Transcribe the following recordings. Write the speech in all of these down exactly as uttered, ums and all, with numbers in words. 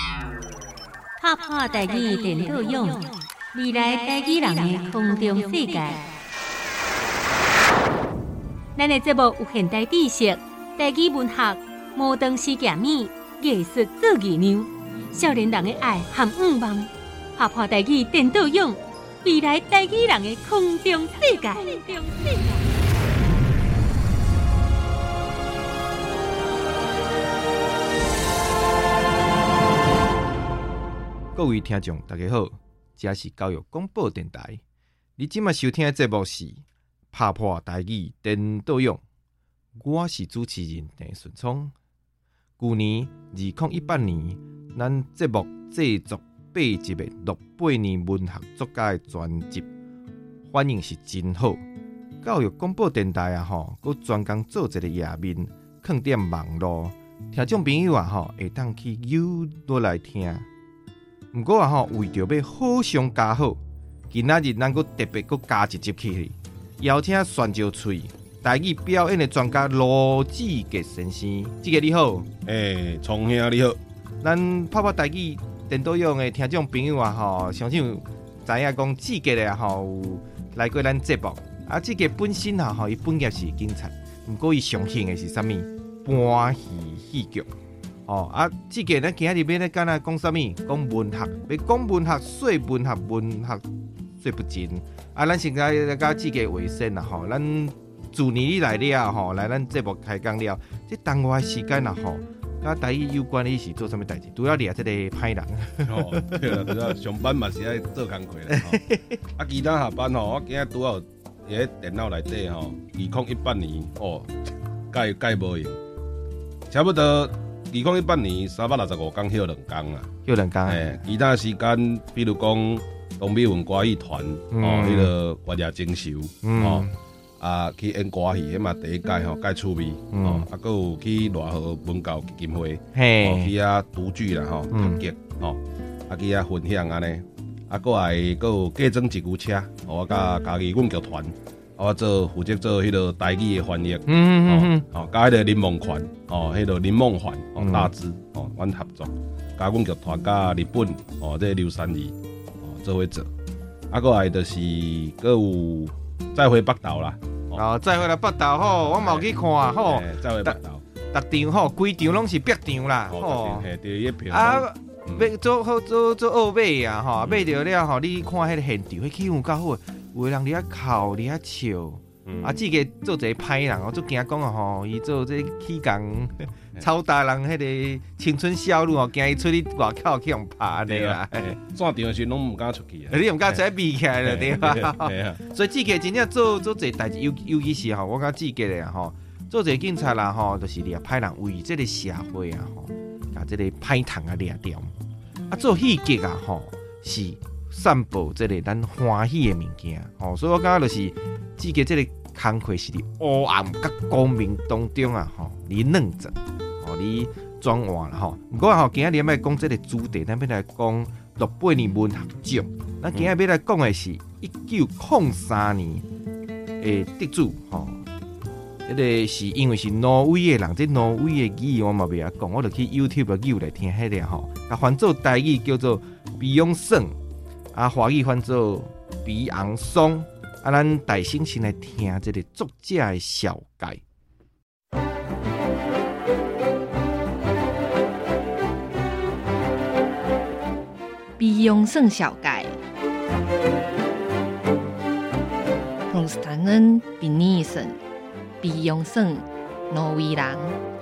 拍破台语电脑用，未来台语人的空中世界。咱的节目有现代知识、台语文学、摩登世界美、艺术做艺娘，少年人的爱和愿望。拍破台语电脑用，未来台语人的空中世界。 各位听众，大家好，这是教育广播电台。你今麦收听的节目是拍破台语电脑用，我是主持人郑顺聪。去年二零一八年，咱节目制作八集的六八年文学作家的专辑，反应是真好。教育广播电台啊吼，佮专工做一个页面，放点网络，听众朋友啊吼，会当去游落来听。不过啊吼，为着要好上加好，今仔日咱阁特别阁加一集去，邀请宣召喙台语表演的专家罗志杰先生。志杰你好， 诶，聪兄你好。 咱拍拍台语电脑用的听众朋友啊吼，相信知影讲志杰的吼有来过咱节目。啊，志杰本身啊吼，伊本业是警察，不过伊上兴的是啥物？搬戏戏剧。哦啊，志杰咱今仔日要咧干那讲啥物？讲文学，要讲文学说文学，文学说不尽。啊，咱现在来甲志杰为先啦吼，咱自年你来了吼，来咱节目开讲了，这当外时间啦吼，甲台语有关的是做啥物代志？除了掠这个歹人。 哦，对啦，对啦，上班嘛是爱做工课啦。啊，其他下班吼，我今仔拄好伫电脑内底吼，二零一八年哦，改改无用，差不多。二零一八年三百六十五天休两天啦， 休两天。 诶，其他时间，比如讲东美文歌艺团， 嗯、 哦，迄、那个月夜征收， 嗯、 哦，啊去演歌戏，迄嘛第一届吼，介趣味， 嗯、 哦，啊，佮有去赖和文教基金会， 嘿， 哦，去遐读剧啦，吼，合剧，哦，啊去遐分享安尼，啊，佮来佮有计装一句车，我甲家己阮剧团。我做负责做迄个台语的翻译， 嗯嗯嗯， 哦，甲迄个林梦环，哦，迄个林梦环，哦，大致，哦，阮合作，甲阮剧团甲日本，哦，这刘三义，哦，做伙做，啊，过来就是佮有再回北投啦， 哦，再回来北投吼，我嘛有去看吼， 再回北投， 逐场吼，规场拢是白场啦， 吼，嘿，第一票啊，要做好做做奥买啊，吼，买着了吼，你看迄个现场，迄气氛较好。有的人伫遐哭，伫遐笑，嗯、啊，即个做一个歹人，我足惊讲啊吼，伊做这起工操大人迄个青春少女哦，惊伊出去外口去用拍的啦。 战场时拢毋敢出去啊， 你毋敢出来比起来了对吧？所以即个真正做做一代志，尤尤其是吼，我感觉即个咧吼，做一个警察啦吼，就是掠歹人为即个社会啊吼，甲即个歹糖啊掠掉。啊，做戏剧啊吼是。散布这个咱欢喜的物件，吼、哦，所以我感觉就是这个这个工课是伫黑暗甲光明当中啊，吼、哦，你认真，吼、哦，你转换啦，吼。不过吼，今日要来讲这个主题，咱要来讲六八年文学奖。咱今日要来讲的是一九零三年的得主，吼、哦。迄、那个是因为是挪威的人，这挪威的语我嘛袂晓讲，我就去 YouTube 的 U 来听迄个吼，啊，翻做台语叫做比永胜。啊，华语翻做比昂松，啊，咱大先先来听这个作者的小解。 比昂松小解 ，Rostanen Benison， 比昂松，挪威人，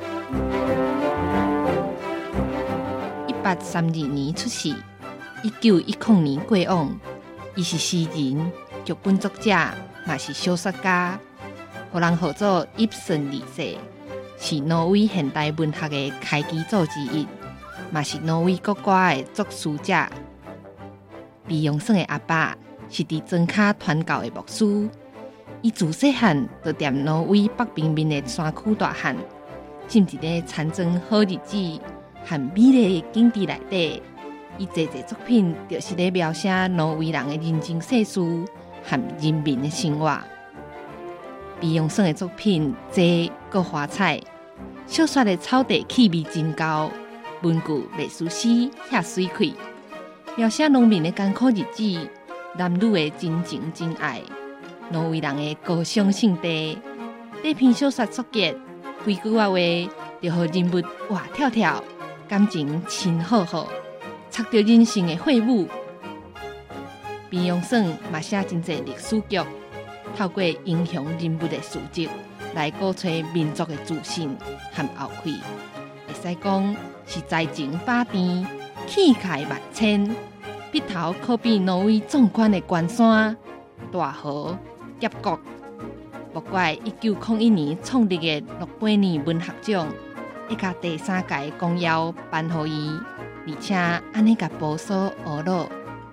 一八三二年出世。一九一零年过往，伊是诗人、剧本作者，嘛是小说家，互人号做伊普森二世，是挪威现代文学的开基祖之一，嘛是挪威国歌的作词者。比永胜的阿爸是伫庄卡传教的牧师，伊自细汉就踮挪威北平面的山区大汉，浸伫咧田庄好日子和美丽的景致内底。伊侪侪作品就是咧描写挪威人的人情世事和人民的生活。比永胜的作品侪个花彩，小说的草地气味真高， 文具、历史诗遐水气，描写农民的艰苦日子，男女的真情真爱，挪威人的高尚圣地。这篇小说所结，几句话话，就互人物活跳跳，感情深厚厚，插着人生的血舞。边用爽嘛写真侪历史剧，透过英雄人物的事迹，来鼓吹民族的自信和后悔。会使讲是才情百变，气概万千，笔头可比挪威壮观的关山、大河、峡谷。莫怪一九零一年创立的诺贝尔文学奖，会甲第三届公邀颁予伊，而且安尼甲无所讹落。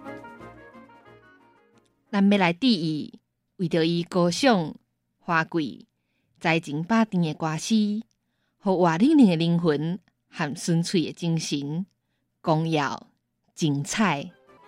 咱要来致意，为着伊高尚、华贵、才情百变的歌诗，互活冷冷的灵魂和纯粹的精神，光耀精彩。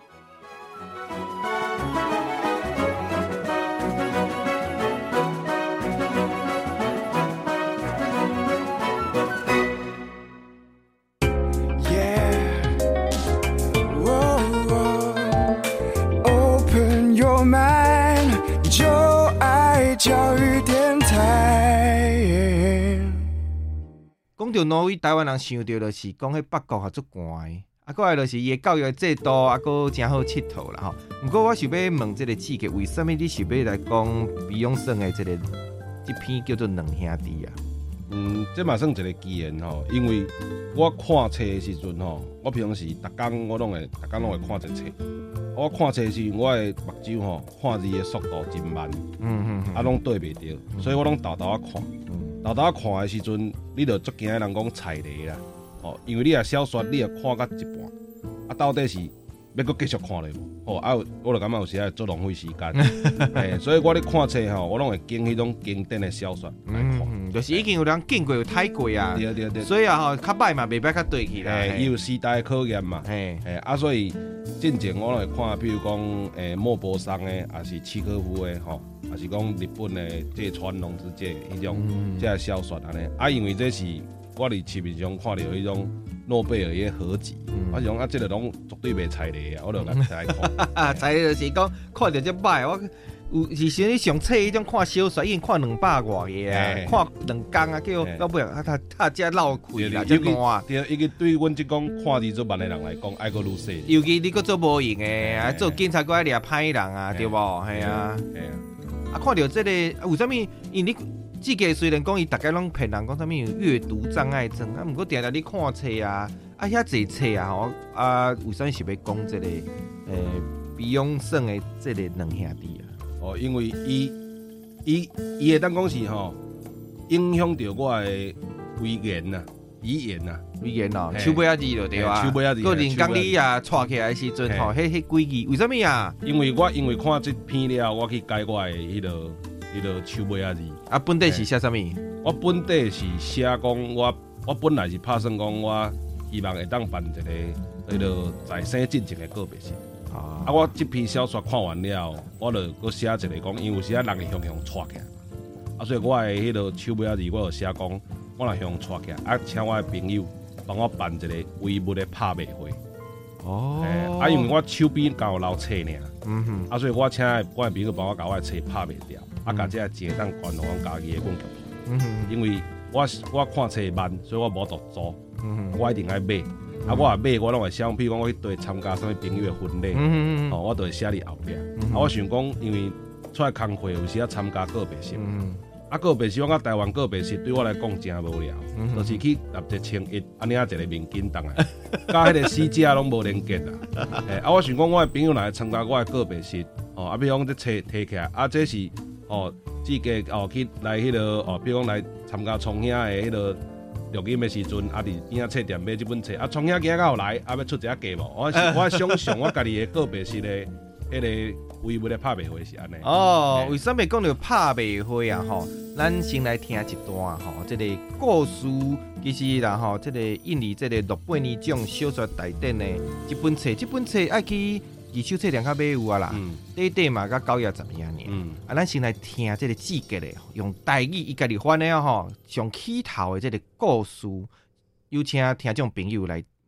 教育电台。讲到挪威，台湾人想到就是讲迄北国也足寒的，啊，搁来就是伊的教育制度，啊，搁真好佚佗啦吼。不过我想要问这个志杰，为什么你想要来讲比永胜的这个这篇叫做《两兄弟》啊？ 嗯，这嘛算一个机缘吼，因为我看册的时阵吼，我平时逐工我拢会逐工拢会看一册。我看册时，我的目睭吼看字的速度真慢，嗯嗯，啊拢对袂着，嗯、所以我拢豆豆啊看，豆豆啊看的时阵，你就足惊人讲踩雷啦，哦，因为你啊小说你啊看到一半，啊到底是要搁继续看咧无？哦啊，我就感觉有时啊足浪费时间，嘿，所以我咧看册吼，我拢会经迄种经典的小说来看， 嗯、就是已经有人见过有睇过啊， 对对对， 所以啊吼较歹嘛，袂歹较对去啦， 伊有时代考验嘛，嘿，嘿啊所以。进前我会看，比如讲，诶、欸，莫泊桑的，还是契诃夫的，吼，还是讲日本的芥川龙之介迄种，嗯、这小说安尼。啊，因为这是我伫市面上看到迄种诺贝尔的合集，嗯、我是讲啊，这个拢绝对袂踩雷啊，我就来来看。 踩雷就是讲看到这歹，我有是像你上册迄种看小说，已经看两百外个啊，看两工啊，叫到尾啊，他他才闹开啦，真烂。 对，伊个对阮即讲看字做慢的人来讲，爱搁愈细。 尤其你搁做无用诶，啊做警察搁爱掠歹人啊，对无？系啊，系啊。啊，看到这个有啥物？因你志杰虽然讲伊大概拢骗人讲啥物阅读障碍症啊，毋过定定你看册啊，啊遐济册啊，吼啊，为啥物是要讲这个诶比永胜诶这个两兄弟啊？ 哦，因为伊伊伊会当讲是吼，影响到我的威严呐、语言呐、 威严哦，手尾仔字就对啊， 手尾仔字。 个人讲你啊，带起来的时阵吼，迄迄几字，为什么啊？ 因为我因为看这篇了，我去改我的迄落迄落手尾仔字。 啊，本地是写啥物？ 我本地是写讲我我本来是打算讲我希望会当办一个迄落在生进前的告别式。啊！我这篇小说看完了，我就搁写一个讲，因为有时啊人会向向带起来，啊，所以我的迄个手尾仔字，我就写讲，我若向带起来，啊，请我的朋友帮我办一个微物的拍卖会。哦。欸、啊，因为我手边刚有留册尔，嗯哼，啊，所以我请我的朋友帮我甲我的册拍卖掉，啊，甲这钱当捐到阮家己的文具团。嗯哼。因为我我看册慢，所以我无得租，嗯哼，我一定爱买。啊，我也买，我拢会想，比如讲我去对参加什么朋友的婚礼，嗯嗯哦，我就会写伫后壁。嗯、啊，我想讲，因为出来工会有时啊参加告别式，嗯、啊告别式，我讲台湾告别式对我来讲真无聊，嗯、就是去立一千一，安尼啊一个面巾当来，甲迄个死者拢无连结啦。欸、啊，我想讲，我的朋友来参加我的告别式，哦，啊，比如讲这册摕起来，啊，这是哦，自己哦去来迄、那个哦，比如讲来参加创兄的迄、那个。录音的时阵，啊，伫边仔册店买这本册，啊，创兄今仔到来，啊，要出一下价无？我我想象我家己的告别式的迄个微微的拍卖会是安尼。 哦，为什么讲到拍卖会啊？吼，咱先来听一段吼，这个故事其实啦吼，这个印尼这个诺贝尔奖小说大典的这本册，这本册爱去二手册店较买有啊啦，短短嘛，甲九月十二年。嗯，啊，咱先来听这个志杰的，用台语伊家己翻的吼，上起头的这个故事，有请听众朋友来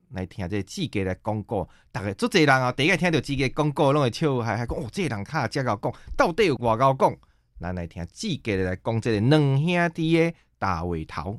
来听这志杰来讲故，大家足侪人啊，第一个听到志杰讲故，拢会笑，还还讲哦，这个人卡遮够讲，到底有偌够讲？咱来听志杰来讲这个两兄弟的大话头。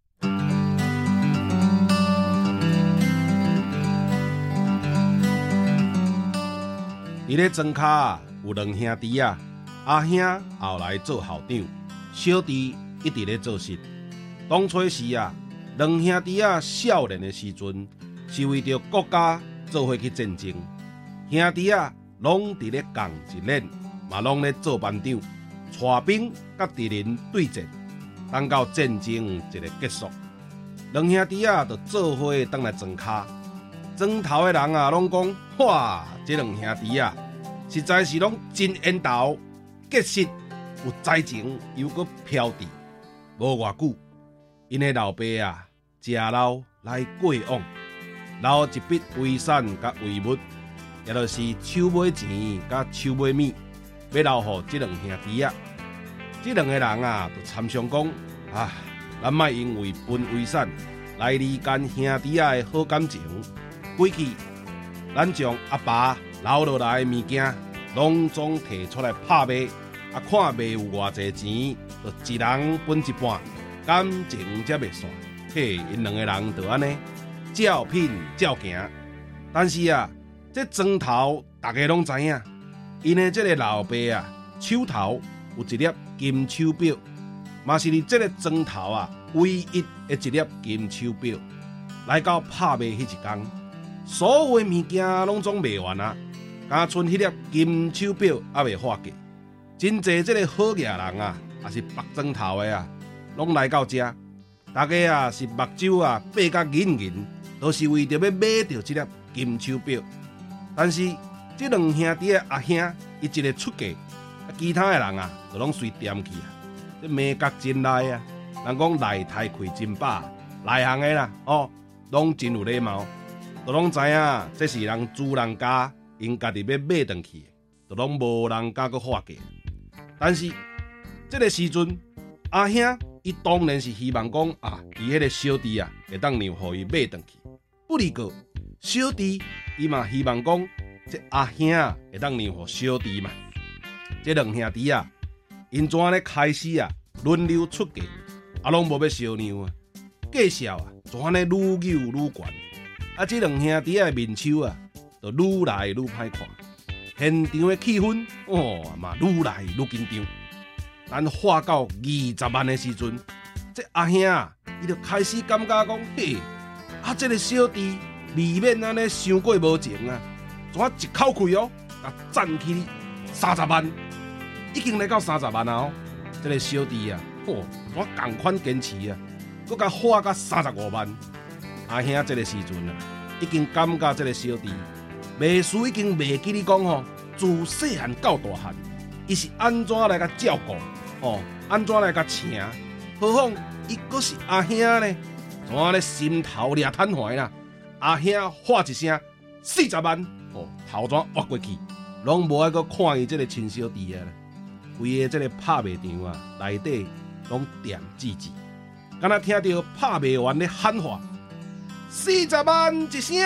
伊咧庄卡有两兄弟啊，阿兄后来做校长，小弟一直咧做事。当初时啊，两兄弟啊少年的时阵，是为着国家做伙去战争。兄弟啊，拢伫咧共一连，嘛拢咧做班长，带兵甲敌人对战。等到战争一个结束，两兄弟啊就做伙返来庄卡。庄头的人啊，拢讲哇，这两兄弟啊，实在是拢真缘投，结识有才情，又搁飘地。无偌久，因的老爸啊，食老来过往，留一笔遗产甲遗物，也就是手买钱甲手买米，要留予这两兄弟啊。这两个人啊，就参详讲啊，咱莫因为分遗产来离间兄弟啊的好感情。过去，咱将阿爸留落来的物件，拢总摕出来拍卖，啊，看卖有偌济钱，就一人分一半，感情才袂散。嘿，因两个人就安尼照品照行。但是啊，这庄头大家拢知影，因的这个老爸啊，手头有一粒金手表，嘛是你这个庄头啊唯一的一粒金手表。来到拍卖迄一天。所有的物件拢总卖完啊，敢剩迄粒金手表还未发价。真济这个好业人啊，也是白庄头的啊，拢来到这，大家啊是目睭啊闭甲银银，都是为着要买到这粒金手表。但是这两兄弟的阿兄，伊一个出价，啊其他的人啊，就拢随点去啊。这美角真来啊，人讲来台开真饱，内行的啦，哦，拢真有礼貌。都拢知影，这是人主人家因家己要买回去的，都拢无人敢搁发价。但是这个时阵，阿兄伊当然是希望讲啊，伊迄个小弟啊会当让互伊买回去。不离个小弟伊嘛希望讲，这阿兄啊会当让互小弟嘛。这两兄弟啊，因怎咧开始啊轮流出价，啊拢无要相让啊，价数啊怎咧愈扭愈悬。啊！这两兄弟的面手啊，就愈来愈歹看，现场的气氛哦嘛愈来愈紧张。但花到二十万的时阵，这阿兄啊，伊就开始感觉讲，嘿，啊，这个小弟未免安尼伤过无情啊，怎一口气哦，啊，赚起你三十万，已经来到三十万啊！哦，这个小弟啊，哦，怎同款坚持啊，佮甲花到三十五万。阿兄这个时阵啊，已经感觉这个小弟袂输，已经袂记你讲吼，自细汉到大汉，伊是安怎来甲照顾，哦，安怎来甲请，何况伊阁是阿兄呢？怎咧心头掠瘫痪啦？阿兄喊一声四十万，哦，头怎挖过去，拢无爱阁看伊这个亲小弟啊！规个这个拍卖场啊，内底拢点字字，敢若听到拍卖员咧喊话。四十万一声，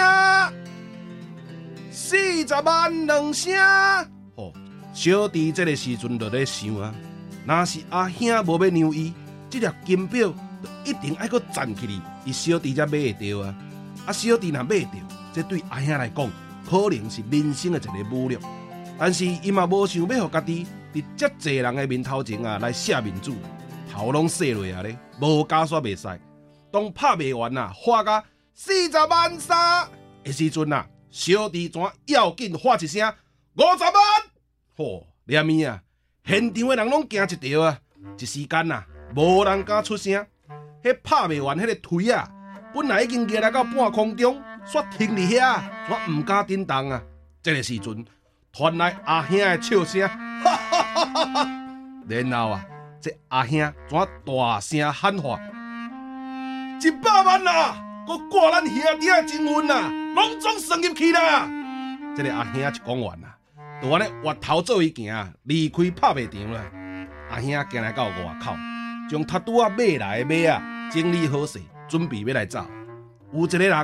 四十万两声。哦，小弟这个时阵就咧想啊，若是阿兄无要让伊，这粒金表就一定爱阁赚起哩，伊小弟才买会到啊。啊，小弟若买到，这对阿兄来讲，可能是人生的一个侮辱。但是伊嘛无想要互家己伫遮济人的面头前啊来写面子，头拢洗落啊咧，无假煞袂使。当拍卖员啊花甲四十万三的时阵啊，小弟怎要紧喊一声五十万？吼，连伊啊，现场的人拢惊一条啊！一时间啊，无人敢出声。迄拍卖员迄个腿啊，本来已经举来到半空中，煞停伫遐，怎唔敢震动啊？这个时阵传来阿兄的笑声，哈哈哈哈哈！然后啊，这阿兄怎大声喊话：一百万啊！搁挂咱兄弟的情分啊，拢总算入去啦！这个阿兄就讲完啦，就安尼越头做伊行，离开拍卖场啦。阿兄行来到外口，将他拄啊买来的马啊整理好势，准备要来走。有一个人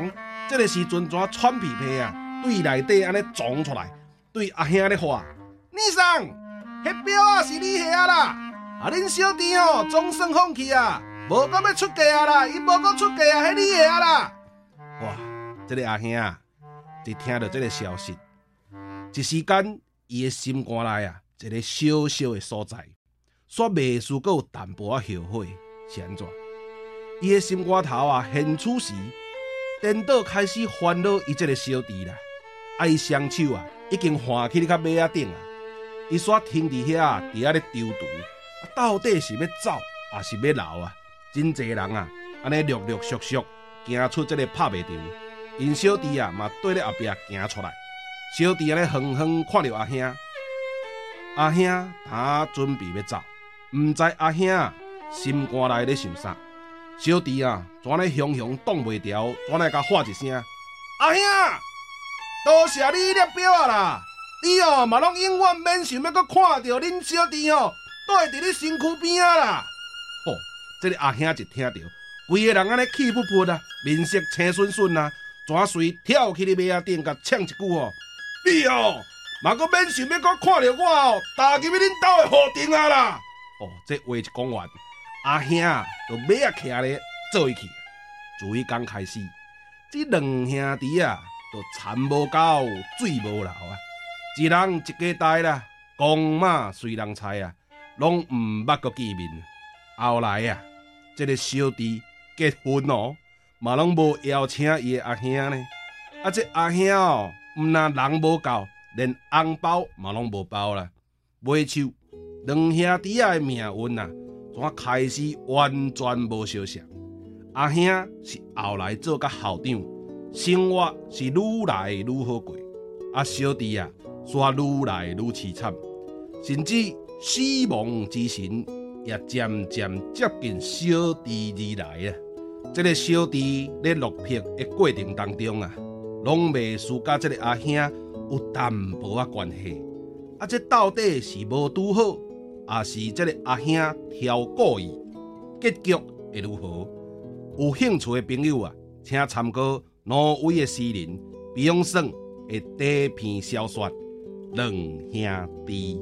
这个时阵怎喘屁屁啊，对内底安尼撞出来，对阿兄咧话：你上，迄表啊是你下啦，啊恁小弟吼总算放弃啊，无搁要出嫁啊啦，伊无搁出嫁啊，迄你下啦。哇，这个阿兄啊，一听到这个消息，一时间伊的心肝内啊，一个小小的所在，煞袂输搁有淡薄仔后悔，是安怎？伊的心肝头啊，现此时颠倒开始烦恼伊这个小弟啦。啊，伊双手啊，已经换去咧较马仔顶啊，伊煞停伫遐啊，伫遐咧丢毒，啊，到底是要走，还是要留啊？真侪人啊，安尼陆陆续续行出这个拍卖场，因小弟啊嘛对咧后壁行出来，小弟安尼远远看着阿兄，阿兄他准备要走，毋知阿兄啊心肝内咧想啥。小弟啊，怎咧雄雄挡袂牢，怎来甲喊一声：阿兄，多谢你粒表啊啦！你哦嘛拢永远免想要搁看到恁小弟哦蹛伫你身躯边啊啦！吼、哦，这个阿兄一听到，规个人安尼气噗噗啊，面色青顺顺啊，怎随跳起你马仔顶，甲呛一句哦：你哦嘛搁免想要搁看到我哦，踏入去恁兜的河顶啊啦！哦，这话一讲完。阿兄就马啊徛咧做去，自迄天开始，这两兄弟啊，就田无够，水无流啊，一人一家代啦，公马随人猜啊，拢毋捌个见面。后来啊，这个小弟结婚哦，嘛拢无邀请伊的阿兄呢。啊，这阿兄哦，毋但人无够，连红包嘛拢无包啦。尾手两兄弟啊的命运啊！怎开始完全无相像？阿兄是后来做甲校长，生活是愈来愈好过。啊，小弟啊，煞愈来愈凄惨，甚至死亡之神也渐渐接近小弟而来啊！这个小弟咧落魄的过程当中啊，拢袂输甲这个阿兄有淡薄仔关系。啊，这到底是无拄好？也是这个阿兄挑故意，结局会如何？有兴趣的朋友啊，请参考挪威的诗人比昂森的第一篇小说《两兄弟》。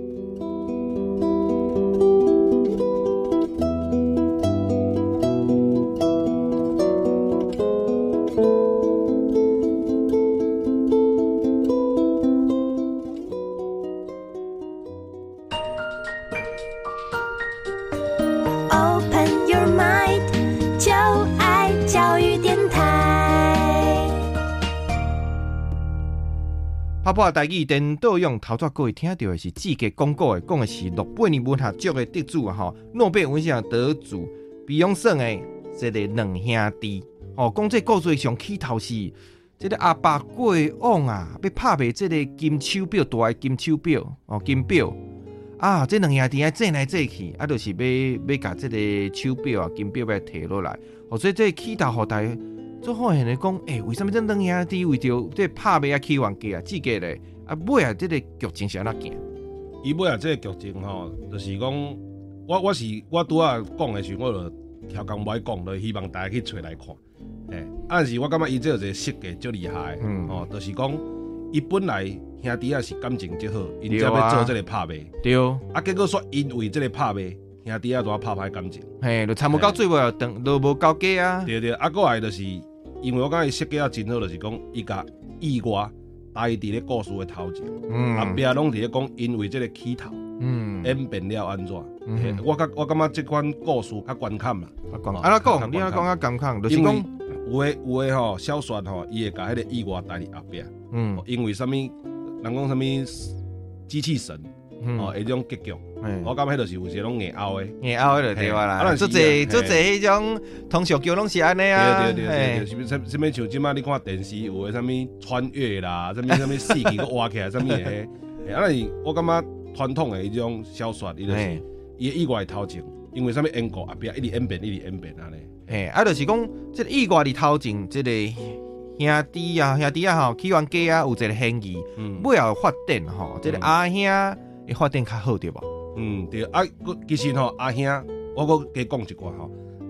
泡泡台语颠倒用头早各位听到的是志杰讲过的，讲的是诺贝尔文学奖的得主啊，吼，诺贝尔文学奖得主比昂森的这个两兄弟，哦，讲这故事上起头是这个阿爸过往啊，要拍卖这个金手表，大的金手表，哦，金表啊，这两兄弟啊，坐来坐去，啊，就是要要甲这个手表啊，金表要摕落来，哦，所以这起头互大家。最好现在讲，诶、欸，为什么这两兄弟为着这拍卖啊起冤家啊，志杰咧，啊尾啊，这个剧情是安怎行？ 伊尾啊，这个剧情吼，就是讲，我我是我拄仔讲的时候，我就调工袂讲，就希望大家去找来看。诶、欸，但是我感觉伊这有一个设计足厉害，嗯，哦，就是讲，伊本来兄弟啊是感情足好，因才要做这个拍卖， 对， 啊，结果说因为这个拍卖，兄弟啊怎拍歹感情， 嘿，就差无到最后又等，都无交价啊。 对对，啊，过来就是。因为我感觉伊设计啊真好，就是讲伊甲意外带伫咧故事的头前，嗯，后壁拢伫咧讲因为这个起头，嗯，演变了安怎？嗯、我感我感觉这款故事较关卡啦。 啊，怎讲？你安讲较关卡，就是讲有诶有诶吼小说吼，伊会甲迄个意外带伫后壁，嗯，因为什么？人讲什么机器神？嗯、哦，迄种结局，嗯、我感觉迄就是有一种硬凹的， 硬凹的就对啦。啊，做侪做侪迄种通俗剧拢是安尼啊。 对对对对，是不是？什么像即摆你看电视有诶什么穿越啦，什么什么死去个挖起来，什么诶，啊，我感觉传统诶迄种小说，伊就是伊意外头前，因为什么因果后壁一直演变，一直演变安尼。 诶，啊，就是讲即个意外伫头前，即个兄弟啊，兄弟啊吼，起冤家啊，有一个嫌疑，尾后发展吼，即个阿兄。会发展较好对无？ 嗯，对啊，其实吼阿兄，我搁加讲一句吼，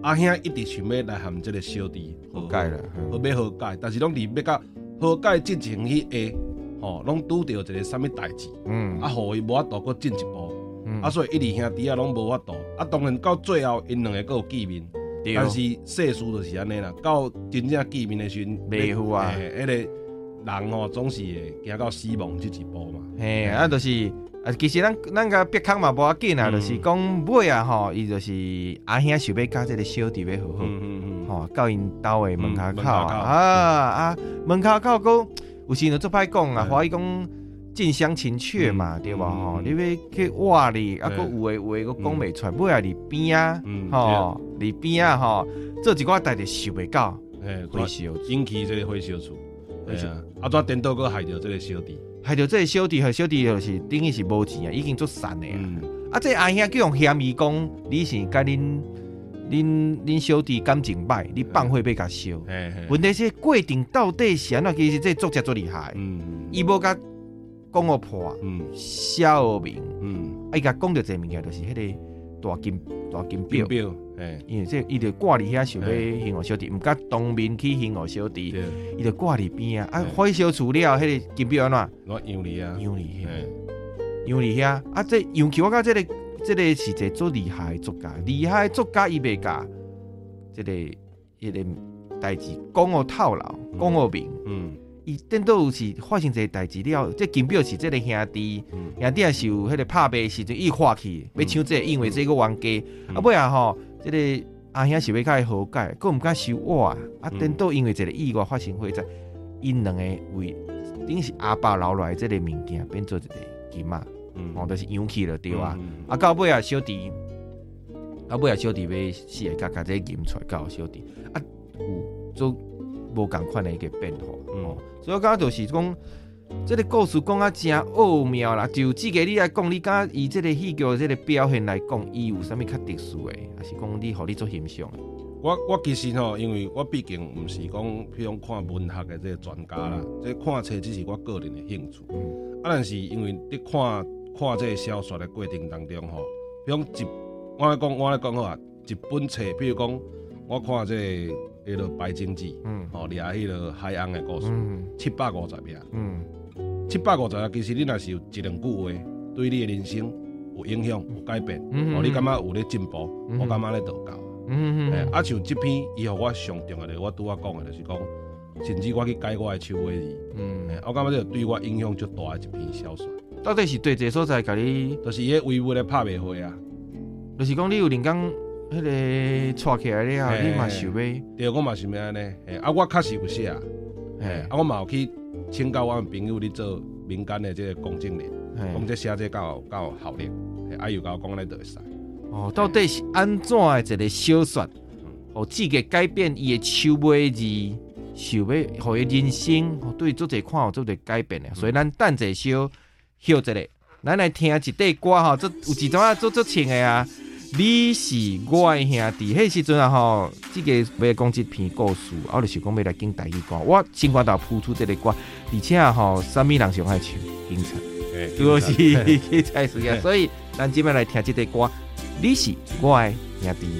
阿兄一直想要来含这个小弟好解啦， 好要好解，但是拢伫要甲好解进前去下，吼，拢拄着一个啥物代志， 嗯， 啊，互伊无法度搁进一步， 嗯啊，所以一二兄弟啊拢无法度，啊，当然到最后因两个搁有见面， 对但是世事就是安尼啦，到真正见面的时阵， 袂赴啊， 迄个人吼总是会行到死亡这一步嘛， 嘿，啊，就是啊，其实咱咱甲别坑嘛无要紧啊， 嗯就是讲尾啊吼，伊就是阿兄想要甲这个小弟要好好。 嗯嗯嗯， 吼，到因兜的门口口嗯门口口啊啊，门口口讲有时就做歹讲啊， 嗯怀疑讲近乡情怯嘛，对无吼？ 嗯你要去挖哩，啊， 对佫有诶有诶，佫讲袂出来，尾啊伫边啊， 嗯吼，伫边啊吼，做一寡代志想袂到， 嘿， 回烧， 引起这个火烧厝， 火烧对啊，啊，怎颠倒佫害着这个小弟， 害着这个小弟和小弟就是等于是无钱啊，已经做散诶啊。 嗯， 啊，这阿兄叫用嫌疑讲，你是甲恁恁恁小弟感情歹，你放火要甲烧。 嘿嘿， 问题是过程到底是安怎？其实这作者最厉害， 嗯， 伊无甲讲互破， 嗯写互明， 嗯， 啊，伊甲讲着一个物件，就是迄个大金大金表， 表，嘿， 因为这伊就挂伫遐想要幸互小弟，毋甲当面去幸互小弟， 对， 伊就挂伫边啊，啊， 嘿火烧厝了，迄个金表安怎？ 我养你啊， 养伫遐， 嘿， 养伫遐，啊，这尤其我感觉这个这个是一个做厉害的作家，厉害的作家伊袂甲这个迄个代志讲互透漏，讲互明。 嗯伊等到有是发生一个代志了，这金表是这个兄弟， 嗯兄弟也是有迄个拍卖时阵伊化气，要抢这个，因为这个冤家， 嗯啊尾啊吼，这个阿兄是要甲伊和解，佫毋敢收我，啊等到因为一个意外发生火灾，因两个为等于是阿爸留落来这个物件变做一个金嘛， 嗯， 哦，就是养起了对啊， 嗯， 啊到尾啊小弟，到尾啊小弟要死个，甲甲这个金出来教小弟，啊有做无共款的一个变化， 嗯哦，所以我感觉就是讲，这个故事讲啊真奥妙啦。就这个你来讲，你感觉以这个戏剧的这个表现来讲，伊有啥物较特殊的，还是讲你互你做欣赏的？ 我我其实吼，因为我毕竟毋是讲，譬如看文学的这个专家啦，这看册只是我个人的兴趣。 嗯啊，但是因为你看看这个小说的过程当中吼，比如一，我来讲我来讲好啊，一本册，比如讲我看这个迄落《白鲸记》， 嗯吼，掠迄落海洋的故事， 嗯七百五十页， 嗯七百五十页，其实你若是有一两句话，对你的人生有影响、有改变， 嗯哦，你感觉有咧进步， 嗯我感觉咧就够。 嗯嗯， 诶啊，像即篇，伊互我上重要的，我拄仔讲的，就是讲，甚至我去改我的手画字， 嗯诶，我感觉这对我影响足大的一篇小说。 到底是对这个所在，甲你， 就是伊微微的拍袂回啊， 就是讲你有人讲迄个撮起来了， 嘿你嘛想要， 对，我嘛是要安尼，诶，啊，我确实有写，诶， 嘿啊，我嘛有去请教我的朋友咧做民间的这个公证人，讲嘿， 这写这够有够有效力，嘿啊，又甲我讲安尼就会使。 哦，到底是安怎的一个小说？哦，这个改变伊的手尾字，想要互伊人生，哦对做者看有做者改变的。所以咱等者小休一下，咱来听一段歌吼，这有一段啊做做唱的啊。你是我的兄弟，迄时阵啊吼，这个要讲这篇故事，我就是讲要来讲台语歌。我新歌头谱出这个歌，而且啊吼，啥物人上爱唱？警察， 诶， 就是警察事啊。所以咱今摆来听这个歌，你是我的兄弟。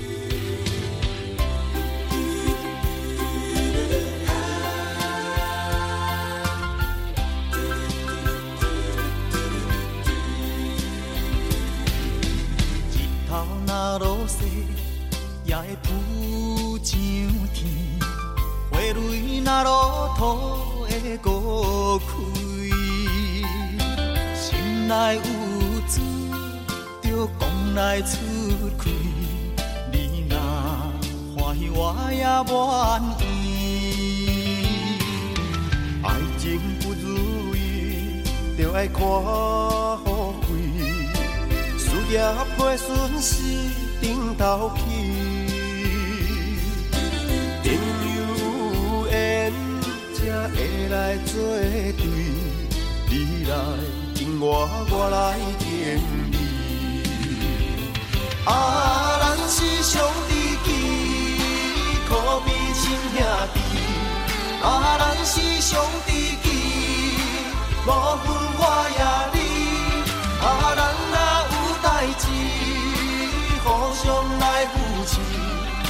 落雪也会浮上天，花蕊若落土会高开，心内有珠就讲来出开，你若欢喜我也愿意。爱情不如意，就爱看好开。事业袂顺时，顶头起。朋友有缘，才会来作对。你来敬我，我来敬你。啊，咱是上知己，可比亲兄弟。啊，咱是上知己，无分我也你。啊，咱若有代志，互相来扶持，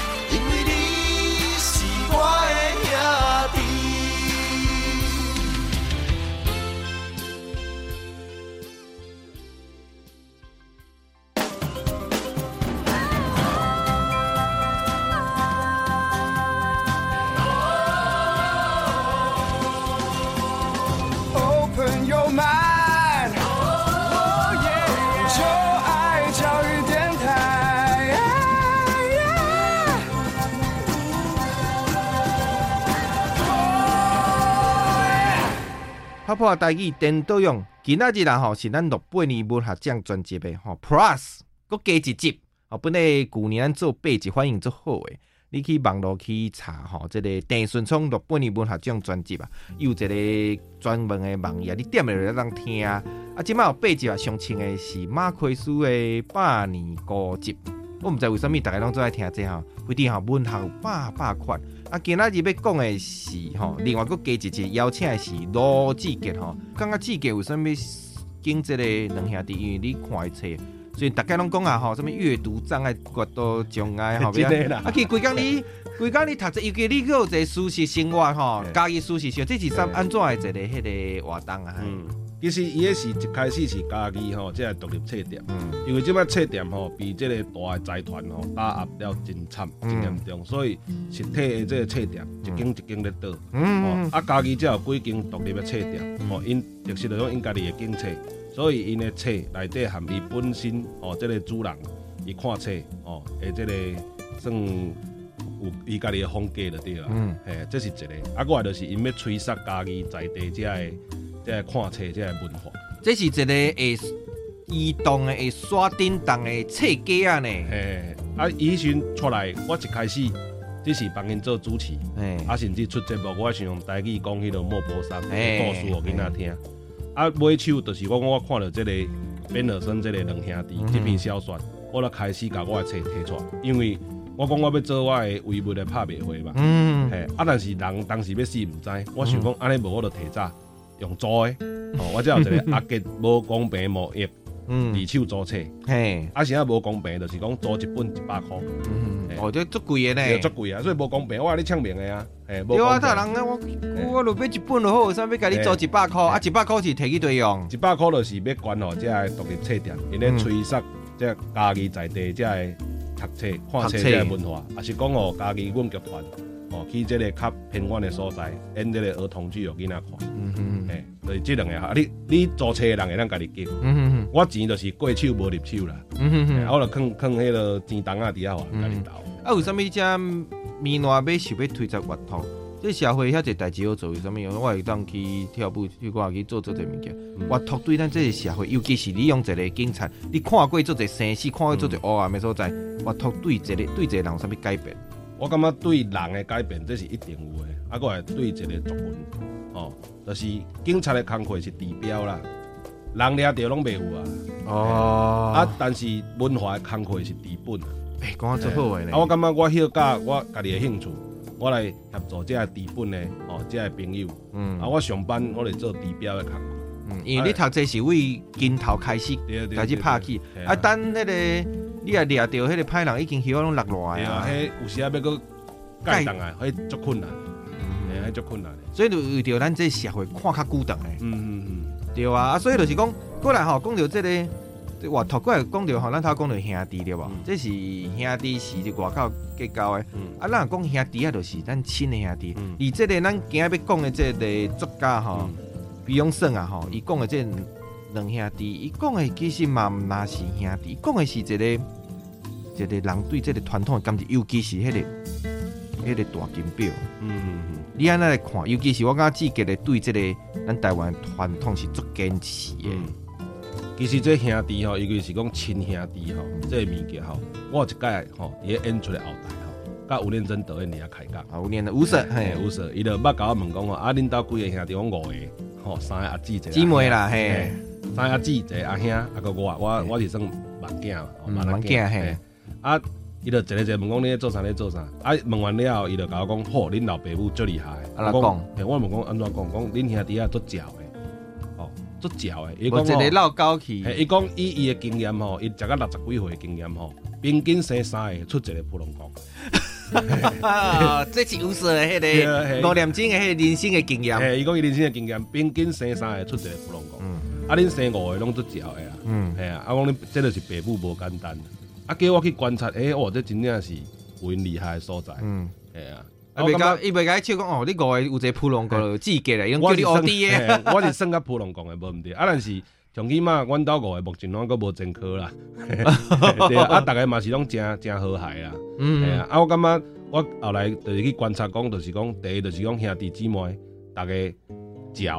拍破台语颠倒用，今仔日啦吼是咱六八年文学奖专辑的吼 Plus， 搁加一集。哦，本来旧年咱做八集反应足好诶，你去网络去查吼，即、這個鄭順聰六八年文學獎專輯啊，有一個專門誒網頁，你點落來當聽啊。啊，即擺有八集啊，上唱誒是馬奎斯誒百年歌集。我毋知為什麼大家攏做愛聽這吼，非常吼文學有百百款。啊，今仔日要講誒是吼，另外佫加一集邀請誒是羅志傑吼，感覺志傑為什麼經即個兩兄弟？因為你看伊冊。所以大家攏講啊，吼，什麼閱讀障礙、閱讀障礙，後邊啊，其實規工你規工你讀這，尤其你有一個舒適生活吼，家己舒適生活，這是啥安怎的一個迄個活動啊？ 嗯，其實伊個是一開始是家己吼，即個獨立冊店，嗯，因為即擺冊店吼，被即個大個財團吼打壓了真慘、真嚴重，所以實體的即個冊店一間一間咧倒，嗯，啊家己才有幾間獨立的冊店，吼，因特色來講因家己的經冊。所以因的冊內底含伊本身哦，即、這個主人伊看冊哦，誒，即個算有伊家己的風格就對啦。嗯，誒，這是一個。啊，另外就是因要吹殺家己在地即個即個看冊即個文化。 這是一個會移動的、會刷叮當的冊架啊呢。誒， 啊，伊迄陣出來，我一開始只是幫因做主持，啊，甚至出節目，我想用台語講迄個莫泊桑，故事互囡仔聽。啊，尾手就是我，我看到這個邊爾森這個兩兄弟這篇小說，我就開始把我的冊提出來，因為我講我要做我的遺物的拍賣會嘛，嗯，嘿，啊，但是人當時要死唔知，我想講安尼無我就提早用租的，哦，我只有一個阿吉無公平無益，嗯，二手租冊，嘿，啊，現在無公平就是講租一本一百塊， 嗯，哦，這足貴的呢， 足貴啊，所以無公平，我話你搶名的啊。 對啊，他人我我落買一本就好，為啥要甲你租一百塊？啊，一百塊是摕去對用？ 一百塊就是要管吼，即個獨立冊店，因咧吹殺即個家己在地即個讀冊、看冊即個文化，也是講吼家己阮劇團吼去即個較偏遠的所在演即個兒童劇予囡仔看。嗯嗯嗯，就是即兩個哈，你你租冊的人會當家己記。嗯嗯我錢就是過手無入手啦。嗯嗯我就囥囥迄個錢筒仔佇遐互家己投。 啊，為什麼這米蘭要想要推出活動？這社會遐濟代志好做，為什麼？因為我會當去跳舞，去我去做做這物件。活動對咱這個社會，尤其是你用一個警察，你看過做一生死，看過做一黑暗的所在，活動對一個對一個人有啥物改變？ 我感覺對人的改變，這是一定有的。啊，我係對一個族群，哦，就是警察的工課是治標啦，人掠着攏袂有啊。哦。啊，但是文化的工課是治本。 誒，講得足好誒呢。 啊，我感覺我曉教我家己的興趣。我來協助這個治本的哦，這個朋友。嗯。啊，我上班我嚟做治標的工作。 嗯，因為你讀這是為金頭開始，開始拍起。啊，等迄個你也掠到迄個歹人已經曉攏落來啊。 迄有時啊要擱解凍啊，迄足困難。嗯，迄足困難。 所以就為着咱這社會看較久長誒。 嗯嗯嗯。 對啊，啊，所以就是講過來吼，講到這個。話頭過來講到吼，咱頭講到兄弟對無？嗯、這是兄弟是外口結交的。嗯、啊，咱講兄弟啊，就是咱親的兄弟。嗯、而這個咱今日要講的這個作家吼，比永勝啊吼，伊講的這兩兄弟，伊講的其實嘛唔那是兄弟，講的是一個一個人對這個傳統的感情，尤其是迄、那個迄、那個大金表。嗯嗯嗯，你安尼來看，尤其是我感覺志傑的對這個咱台灣傳統是足堅持的。嗯其實這兄弟吼，尤其是講親兄弟吼，這個物件吼，我有一屆吼，伊演出來後台吼，甲吳念真導演嚟啊開講。啊，吳念真，吳 Sir，嘿，吳 Sir，伊就捌甲我問講吼，啊，恁兜幾個兄弟？講五個，吼，三個阿姊一個。姊妹啦，嘿，三個阿姊一個阿兄，啊個我，我我是算慢囝，慢囝嘿。啊，伊就一個一個問講你咧做啥？咧做啥？啊，問完了後，伊就甲我講，吼，恁老爸母足厲害。啊，講，我問講安怎講？講恁兄弟啊足鳥的。足鳥誒，伊講一個老高去，伊講以伊誒經驗吼，伊食到六十幾歲誒經驗吼，平均生三個出一個普通工。啊，這是有說誒，迄個五念真誒，迄個人生誒經驗。誒，伊講伊人生誒經驗，平均生三個出一個普通工。嗯，啊，恁生五個攏足鳥誒啊。嗯，係啊，啊講恁這就是爸母無簡單。啊，叫我去觀察，誒，哇，這真正是有因厲害誒所在。嗯，係啊。啊，袂甲伊袂甲伊笑講哦，你五個有一個普通工志傑咧，用叫你學啲誒。我是算甲普通工誒無毋對，啊，但是上起碼阮兜五個目前攏閣無前科啦。對啊，啊，逐個嘛是攏真真和諧啦。嗯，係啊，啊，我感覺我後來就是去觀察講，就是講第一就是講兄弟姊妹，逐個嚼，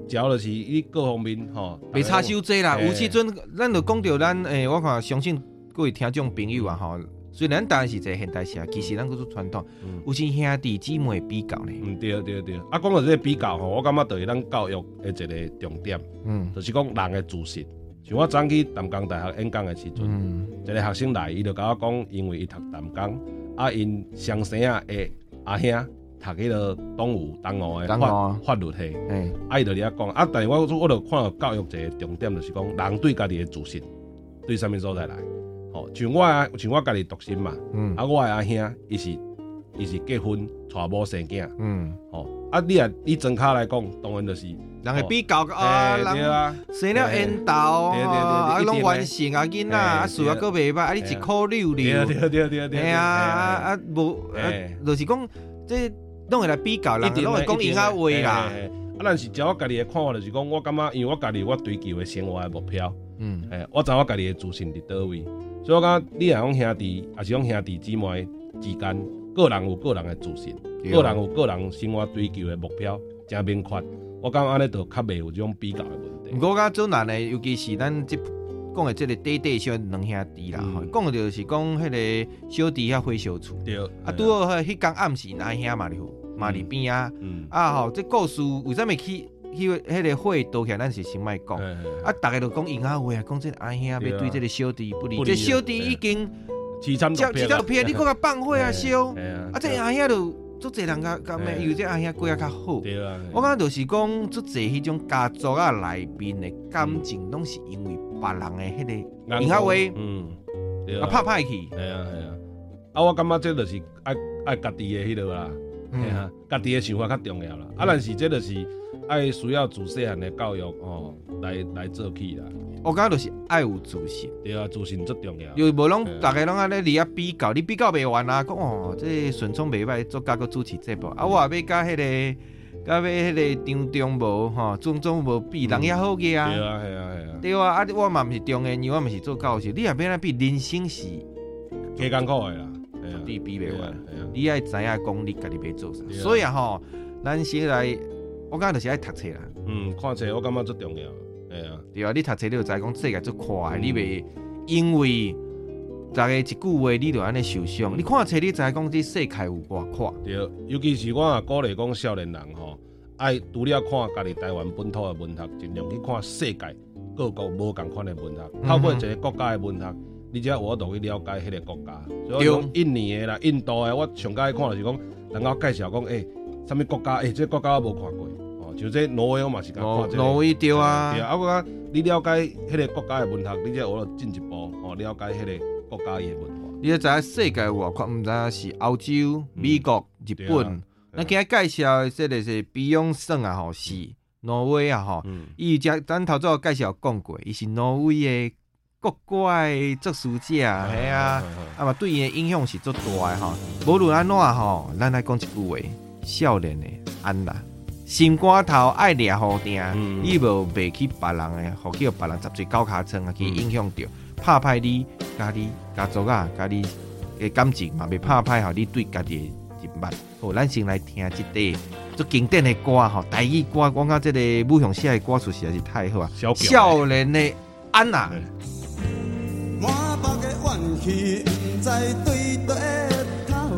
只要就是伊各方面吼， 袂差伤济啦。 嘿有时阵咱就讲到咱诶，我看相信各位听众朋友啊吼，虽然当然是一个现代社，其实咱佫做传统， 嗯有时兄弟姊妹比较呢。 嗯，对对对。啊，讲到这个比较吼，我感觉就是咱教育的一个重点， 嗯就是讲人的自信。像我昨去淡江大学演讲的时阵， 嗯一个学生来，伊就甲我讲，因为伊读淡江，啊，因双生仔的阿兄读迄个东吴东吴的法法律系， 嘿， 啊，伊就伫遐讲，啊，但是我我就看到教育一个重点，就是讲人对家己的自信，对啥物所在来。吼，像我啊，像我家己独生嘛， 嗯啊，我的阿兄，伊是伊是结婚娶某生囝， 嗯， 吼，啊，你啊，以庄脚来讲，当然就是人会比较啊， 嘿对人啊， 生了缘投， 对对对对啊，拢一定的完成啊，囡仔啊， 嘿事业佫袂歹，啊，你一箍六六， 对对对对对， 嘿啊啊啊，无啊嘿， 就是讲这拢会来比较，人拢会讲赢啊话啦， 嘿嘿嘿啊，但是照我家己的看法，就是讲，我感觉，因为我家己我追求的生活的目标， 嗯诶，我知我家己的自信伫倒位，所以我感觉你若讲兄弟，也是讲兄弟姊妹之间，个人有个人的自信， 对个人有个人生活追求的目标，真明确。我感觉安尼就较袂有这种比较的问题。 毋过我感觉最难的，尤其是咱即讲的即个短短小两兄弟啦， 嗯讲的就是讲迄个小弟遐火烧厝， 对， 啊，拄好迄迄天暗时阿兄嘛伫嘛伫边啊， 嗯， 啊吼，这故事为啥物去去迄个火倒起来，咱是先莫讲。 嘿嘿啊，逐个就讲赢啊话啊，讲这个阿兄要对这个小弟不利，这不利小弟已经凄惨叫几条片，你搁甲放火啊烧， 嘿啊啊，这阿兄就足侪人甲甲咩， 嘿有这阿兄过啊较好。 对啊， 我感觉就是讲足侪迄种家族啊内面的感情，拢是因为别人的迄个赢啊话， 嗯，对啊拍歹去。 系啊系啊，啊我感觉这就是爱爱家己的迄落啦，系啊，家己的想法较重要啦。啊，但是这就是爱需要自细汉的教育哦，来来做起啦。 我感觉就是爱有自信， 对啊，自信最重要。 因为无拢大家拢安尼伫遐比较，你比较袂完啊，讲哦，这顺聪袂歹，做甲个主持节目，啊，我也要甲迄个。甲要迄个张忠无吼，总总无比人遐好个啊！ 对啊，系啊，系啊。 对啊，啊我嘛毋是中年人，我嘛是做教授，你也变啊比人生是加艰苦的啦，系啊， 比比袂完。 系啊， 你爱知影讲你家己要做啥，所以啊吼，咱先来，我感觉就是爱读册啦。 嗯，看册我感觉最重要，系啊。 对啊，你读册你就知讲世界最快，你袂因为大家一句话你就安尼受伤。你看册你知讲这世界有偌快。 对，尤其是我也鼓励讲少年人吼，爱除了看家己台湾本土的文学，尽量去看世界各国无共款的文学，透过一个国家的文学，你才有法度去了解迄个国家。所以讲印尼的啦、印度的，我上介看就是讲，人家介绍讲，诶、欸，什么国家？诶、欸，这个、国家我无看过。哦，像这挪威我嘛是甲看这个。 挪威对啊。 对啊，啊我讲你了解迄个国家的文学，你才有法度进一步哦了解迄个国家的文化。 你要知影世界外国，毋知影是欧洲、美国、日本。咱今日介绍即个是比永胜啊，吼是挪威啊，吼，伊只咱头早介绍讲过，伊是挪威的国怪作词者，系啊，啊嘛对伊的影响是足大的吼。无论安怎吼，咱来讲一句话：少年的安啦，心肝头爱掠好定，你无袂去别人的，互去别人十岁九尻川啊去影响着，拍歹你家你家族啊，家你的感情嘛，袂拍歹吼，你对家己的人脉。好，咱先来听即个最经典的歌吼，台语歌，我讲即个武雄写的歌词实在是太好啊！少年的安娜。 满腹的怨气，不知对倒头。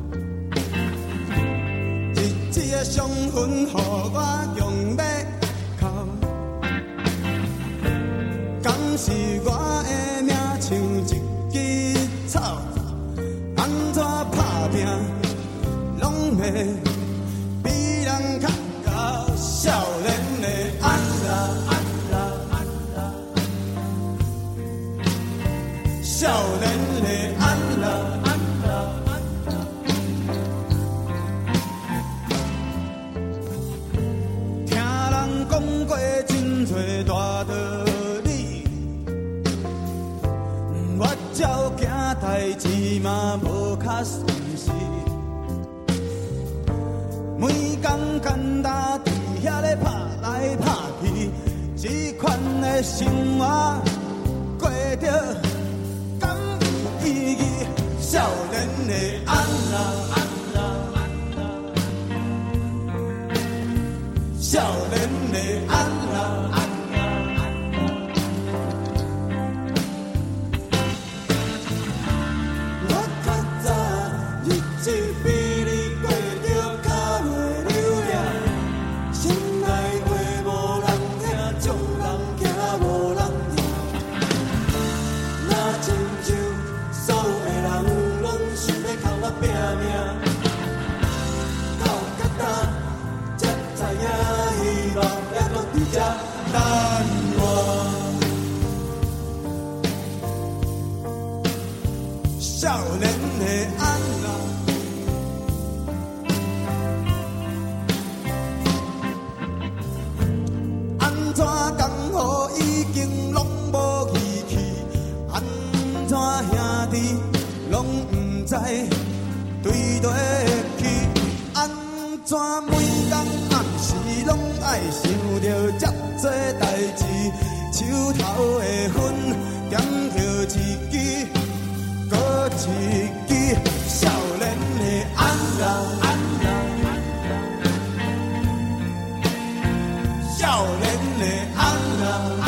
一次的伤痕，予我强要哭。敢是我的命像一枝草，安怎打拼？拢会比人较高，少年的安啦安啦安啦，少年的安啦安啦安啦。听人讲过真多大道理，我照惊代志嘛无较顺势。每工干焦伫遐咧拍来拍去，这款的生活过着敢有意义？少年的安啦安啦安啦， 少年的安啦。我较早日子比你过着较袂流连，心内话无人听，众人行无人听。若亲像所有的人拢想要靠我拼命，到甲呾才知影希望还搁伫这等我。少年的安啦，安怎讲好已经拢无义气，安怎兄弟拢不知对落去，安怎每天暗时拢爱想着遮多代志，手头的份点着一支，搁一支少年的安啦，少年的安啦。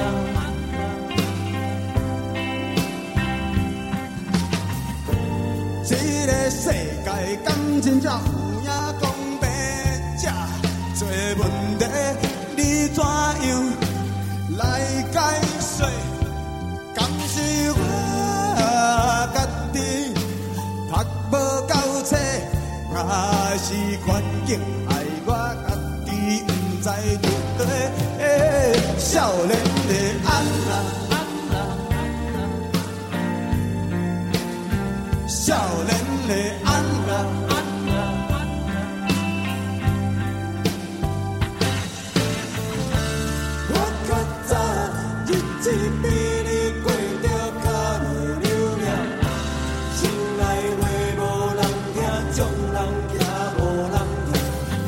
这个世界敢真正有影公平，这多问题，你怎样来解说？敢是我家己读无够册，还是环境害我家己不知对对？少年的安啦。少年的安啦，我较早日子比你过着较袂流连，心内话无人听，众人行无人听。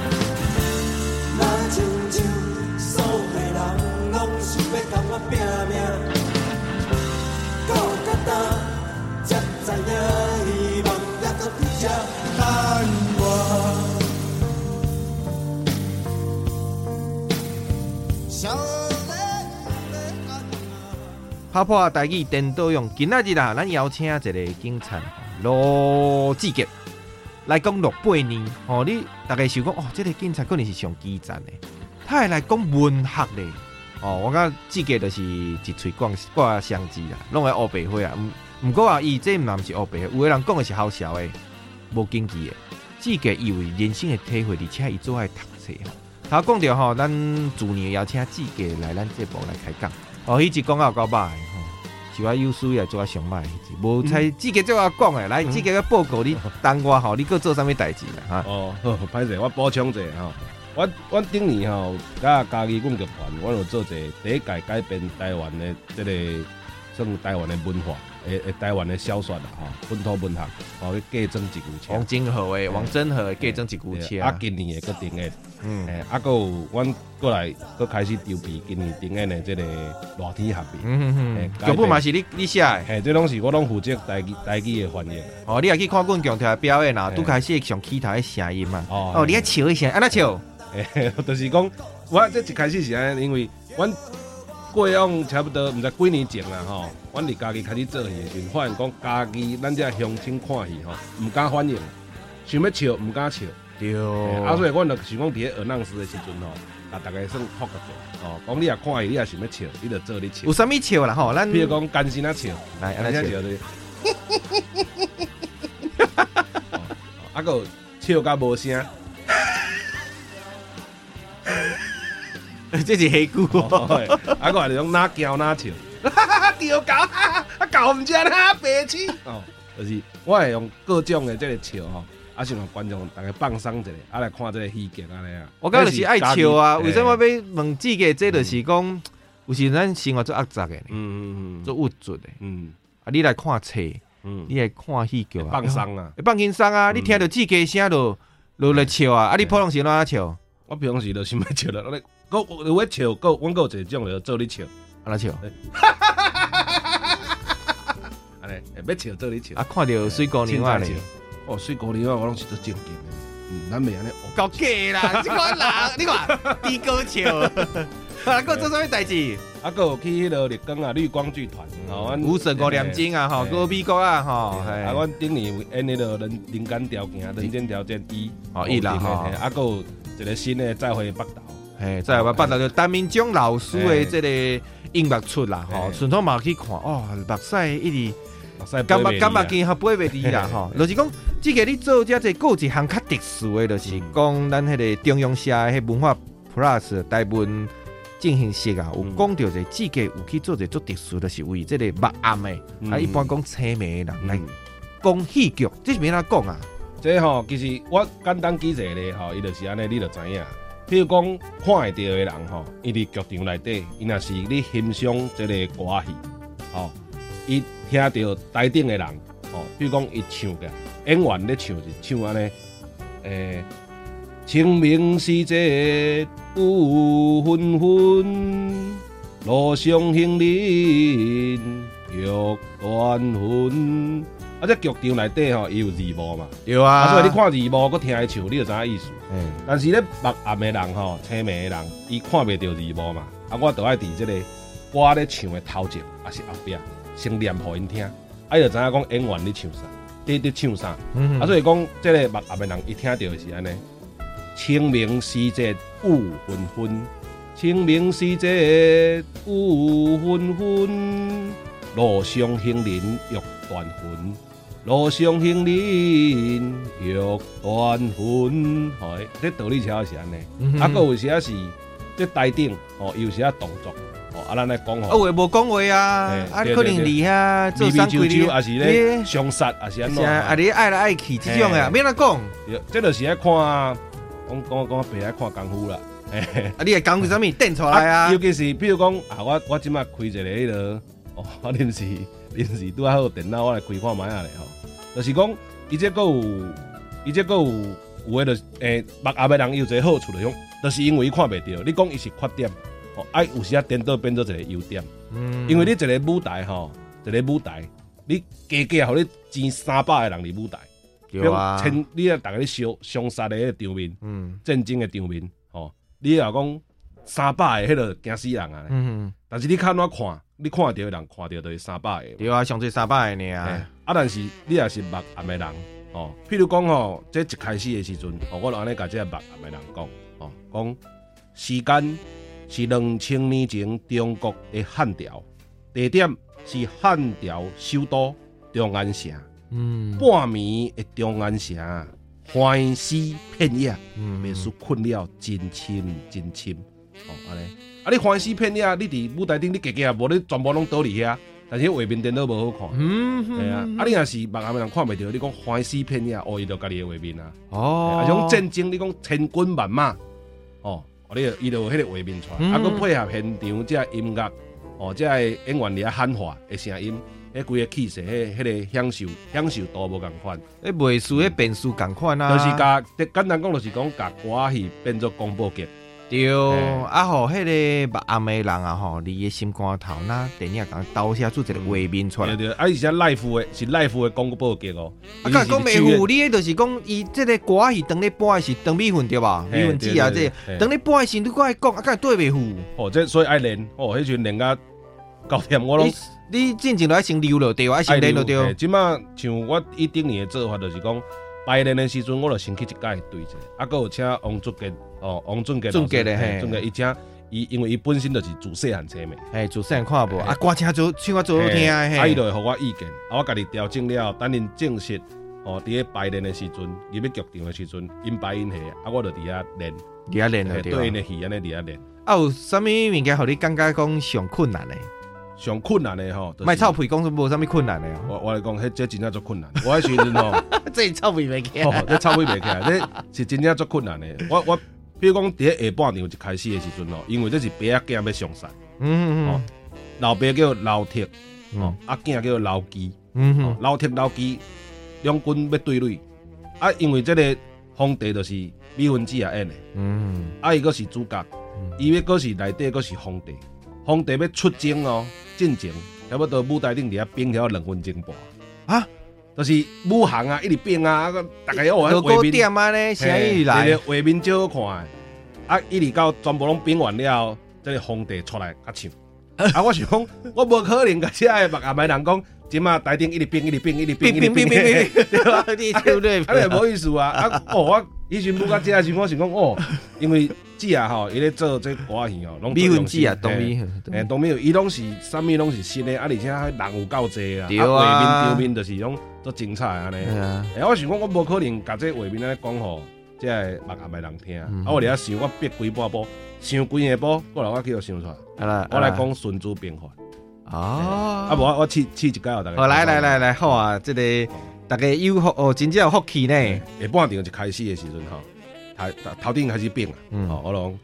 若亲像所有人拢想要甲我拼命，到甲呾才知影。 拍破台语颠倒用，今仔日啊，咱邀请一个警察罗志杰来讲六八年。哦，你大概想讲哦，这个警察可能是上基层的，他会来讲文学的。哦，我感觉志杰就是一喙讲挂相机啦，拢会黑白灰啊。唔过啊，伊这毋是黑白，有个人讲的是好笑的，无经济的。志杰以为人生的体会，而且伊做爱读册。他讲到吼，咱自年邀请志杰来咱节目来开讲。哦，迄集讲到够歹吼，是我有需要做啊上歹迄集，无才志杰做啊讲的，来志杰个报告你等我吼，你搁做啥物代志啦哈？ 哦，歹势，我补充一下吼，我我顶年吼，甲嘉义阮剧团，我有做一个第一届改编台湾的即个算台湾的文化。诶诶，台湾的小说啦，吼，本土文学，吼，去加装一句车。 王金河的、王真和的加装一句车。 啊，今年的搁定的， 嗯， 诶，啊，搁有阮过来，搁开始筹备今年定的这个热天合并。 嗯嗯嗯，剧本嘛是你你写的， 嘿，这拢是我拢负责台语台语的翻译。 哦，你也去看阮强调表演啦，拄开始上起头的声音嘛。哦，哦，你爱笑一声，安那笑？ 诶，就是讲，我这一开始是安，因为阮。过往差不多毋知几年前啦吼，阮伫家己开始做戏的时阵，发现讲家己咱这乡亲看戏吼，毋敢反应，想要笑毋敢笑。 对。 啊，所以阮就想讲伫咧学浪时的时阵吼，啊，大家算福个者，哦，讲你也看戏，你也想要笑，你就做你笑。 有啥物笑啦吼？咱比如讲干心啊笑， 来安尼笑对。啊个笑甲无声。 这是黑句哦， 啊个是种哪叫哪笑，丢狗，啊狗唔知哪白痴哦，就是我会用各种的这个笑吼，啊想让观众大家放松一下，啊来看这个戏剧安尼啊。 我感觉就是爱笑啊，为什么要问志杰？这就是讲，有时咱生活做压杂的，嗯嗯嗯，做物质的，嗯，啊你来看册，嗯，你来看戏剧啊， 放松啊， 放轻松啊，你听到志杰声就就来笑啊，啊你普通时哪笑？ 我平时就想要笑了，我我我要笑，我我有一种就做你笑， 安那笑？ 安尼要笑做你笑。 啊，看到水姑娘啊咧， 哦，水姑娘啊，我拢是做正经的。 嗯，咱袂安尼。 搞假啦！你看人，你看低高潮，啊，搁做啥物代志？ 啊，搁有去迄个绿光啊，绿光剧团，吼，阮五十五念经啊，吼，搁美国啊，吼， 啊，阮顶年演迄个人人间条件、人间条件一， 哦，一啦吼， 啊，搁有一个新的再会北岛， 嘿，再会北岛就陈明忠老师的这个音乐出啦，吼，顺便嘛去看，哦，目屎一直。感觉感觉见较飞袂离啦吼，就是讲，即个你做遮济，有一项较特殊的，就是讲咱迄个中央社迄文化 Plus 台文进行式啊，有讲到者，即个有去做者做特殊，就是为即个目暗的，啊，一般讲青眉的人来讲戏剧，这是免哪讲啊？ 这吼，其实我简单举一个咧吼，伊就是安尼，你就知影。譬如讲看会到的人吼，伊伫剧场内底，伊若是你欣赏即个歌戏，吼，伊。听到台顶的人，哦，比如讲伊唱嘅演员咧唱是唱安尼，诶，清明时节雨纷纷，路上行人欲断魂。啊，这剧场内底吼，伊有字幕嘛？ 有啊。啊， 所以你看字幕，佮听伊唱，你就知影意思。嗯。但是咧，目暗的人吼，青眉的人，伊看袂到字幕嘛？啊，我就爱伫即个歌咧唱的头前，还是后壁。先念互因听，啊，就知影讲演员咧唱啥，伫伫唱啥，嗯、啊，所以讲即、这个目暗的人，伊听到的是安尼。清明时节雨纷纷，清明时节雨纷纷，路上行人欲断魂，路上行人欲断魂。吼，这道理超是安尼，嗯、啊，佫有时啊是即台顶，吼，有时啊动作。啊，咱来讲吼， 啊，话无讲话啊，啊，可能离遐做三规哩， 还是咧凶杀，还是安怎？ 啊，你爱来爱去这种诶，免哪讲。 这就是爱看，讲讲讲白爱看功夫啦。 啊，你系功夫啥物电出来啊？ 尤其是比如讲啊，我我即摆开一个迄个，哦，我临时临时拄好电脑，我来开看卖下咧吼。就是讲，伊这个有，伊这个有有诶，就诶，目暗诶人有一个好处就种，就是因为伊看袂到，你讲伊是缺点。哦，哎，有时啊颠倒变做一个优点，嗯，因为你一个舞台吼，一个舞台，你加加互你钱三百个人伫舞台， 对啊， 千你啊，逐个咧相相杀的迄个场面，嗯，战争的场面，吼，你若讲三百个迄个惊死人啊，嗯，但是你看怎看，你看到的人看到就是三百个， 对啊，上最三百个尔啊， 啊，但是你也是目暗的人，哦，譬如讲吼，这一开始的时阵，哦，我就安尼甲这个目暗的人讲，哦，讲时间。是两千年前中国的汉朝，地点是汉朝首都中安城。嗯，半暝的中安城，欢喜片野，秘书困了真深真深。哦，安尼，啊，你欢喜片野，你伫舞台顶你加加无，你全部拢倒伫遐，但是画面电脑无好看。嗯，系啊，啊，你若是目暗的人看袂到，你讲欢喜片野，哦，伊就家己的画面啊。哦，啊，种战争，你讲千军万马，哦。哦，你伊就有迄个画面出来，啊，佮配合现场即个音乐，哦，即个演员伫遐喊话的声音，迄规个气势，迄迄个享受享受度无共款。 迄袂输迄变数共款啊。 就是甲简单讲，就是讲甲歌戏变做广播剧。 对，啊吼，迄个目暗的人啊吼，你的心肝头那电影讲刀下做一个画面出来。 对对，啊，是只 live 的，是 live 的广播剧哦。 啊，甲讲袂糊，你迄就是讲伊即个歌戏当咧播的是当米粉对吧？米粉子啊，这当咧播的时，你过来讲，啊，敢对袂糊？ 哦，这所以爱练，哦，迄阵练到九点我拢。 你进前来先溜了对，啊，先练了对。 即马像我伊顶年的做法就是讲。排练的时阵，我就先去一家对者，啊，佮有请王俊杰，哦，王俊杰， 俊杰咧，嘿， 俊杰伊请伊，因为伊本身就是自细汉青梅， 嘿，自细汉看无，啊，歌声做唱我做好听啊，嘿， 啊，伊就会互我意见，啊，我家己调整了，等因正式，哦，伫咧排练的时阵，入去剧场的时阵，因排因下，啊，我就伫遐练， 伫遐练啊， 对因的戏安尼伫遐练。 啊，有啥物物件互你感觉讲上困难诶？ 上困难的吼， 卖臭屁讲说无啥物困难的哦。我我来讲，迄这真正足困难。我迄时阵吼， 这臭屁袂起， 哦，这臭屁袂起来，这是真正足困难的。我我，比如讲，伫下半场一开始的时阵哦，因为这是爸仔囝要上山，嗯嗯嗯，老爸叫老铁，哦，阿囝叫老基，嗯嗯，老铁老基两军要对垒，啊，因为这个皇帝就是米粉子也演的，嗯，啊，伊个是主角，伊要个是内底个是皇帝。皇帝要出征哦，进前差不多舞台顶底下冰条两分钟半啊！ 就是武行啊，一直变啊，大家哦， 有够点啊呢，啥意来？ 画面最好看的，啊，一直到全部拢变完了，这个皇帝出来啊唱。啊！我想讲，我无可能甲遮个目暗的人讲，即马台顶一直变，一直变，一直变，一直变，对吧？对对，啊，就无意思啊！啊，哦，我以前不甲遮时，我想讲哦，因为姐啊吼，伊咧做这歌戏哦，拢米粉姐啊，东米， 诶，东米，伊拢是啥物拢是新的，啊，而且人有够济啊， 对啊， 画面场面就是拢足精彩安尼。诶，我想讲，我无可能甲这画面安尼讲吼，即个目暗的人听。啊，我伫遐想，我憋几把波，想几个波，过来我去互想出来。我来讲孙子兵法哦，啊无我我试试一解哦，大家。 好，来来来来，好啊，这个大家有福哦，真正有福气呢。 下半场一开始的时阵吼，头头顶开始变啊，嗯，哦，我拢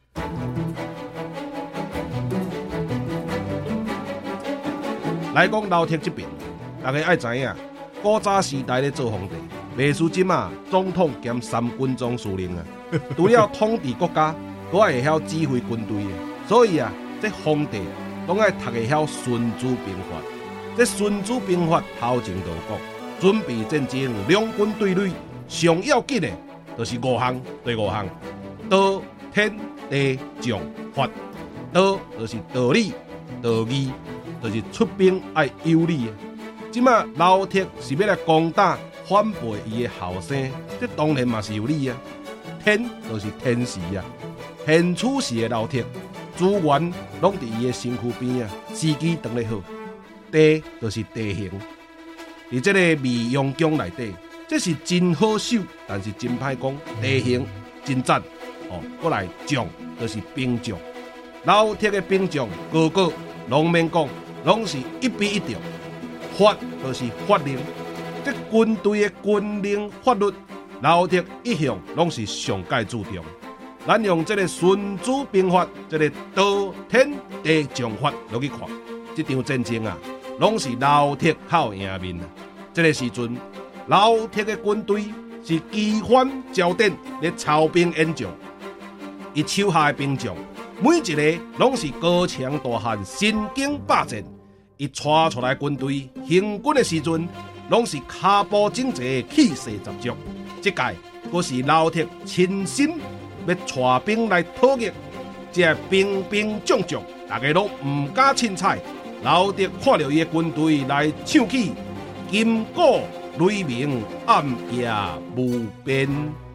来讲老铁这边，大家爱知影，古早时代咧做皇帝，袂输即马总统兼三军总司令啊，除了统治国家，佫爱会晓指挥军队的，所以啊。这皇帝拢爱读会晓《孙子兵法》，这《孙子兵法》头前就讲，准备战争，两军对垒，上要紧的，就是五项，第五项：道、天、地、将、法。道就是道理，道义就是出兵爱有理。即马老铁是要来攻打反背伊的后生，这当然嘛是有理啊。天就是天时啊，现处时的老铁。资源拢伫伊的身躯边啊，时机当咧好。地就是地形，伫这个密阳宫内底，这是真好守，但是真歹讲。地形真赞哦，过来将就是兵将，老铁的兵将个个拢免讲，拢是一比一着。法就是法令，这军队的军令法律，老铁一向拢是上界注重。咱用这个《孙子兵法》这个道天地将法落去看，这场战争啊，拢是老铁靠赢面啊。这个时阵，老铁的军队是机关焦点咧操兵演将，伊手下的兵将每一个拢是高强大汉，身经百战。伊带出来军队行军的时阵，拢是脚步整齐，气势十足。这届佫是老铁亲身。要带兵来讨逆，这兵兵将将，大家拢唔敢凊彩。老爹看到伊的军队来唱起金鼓雷鸣，暗夜无边。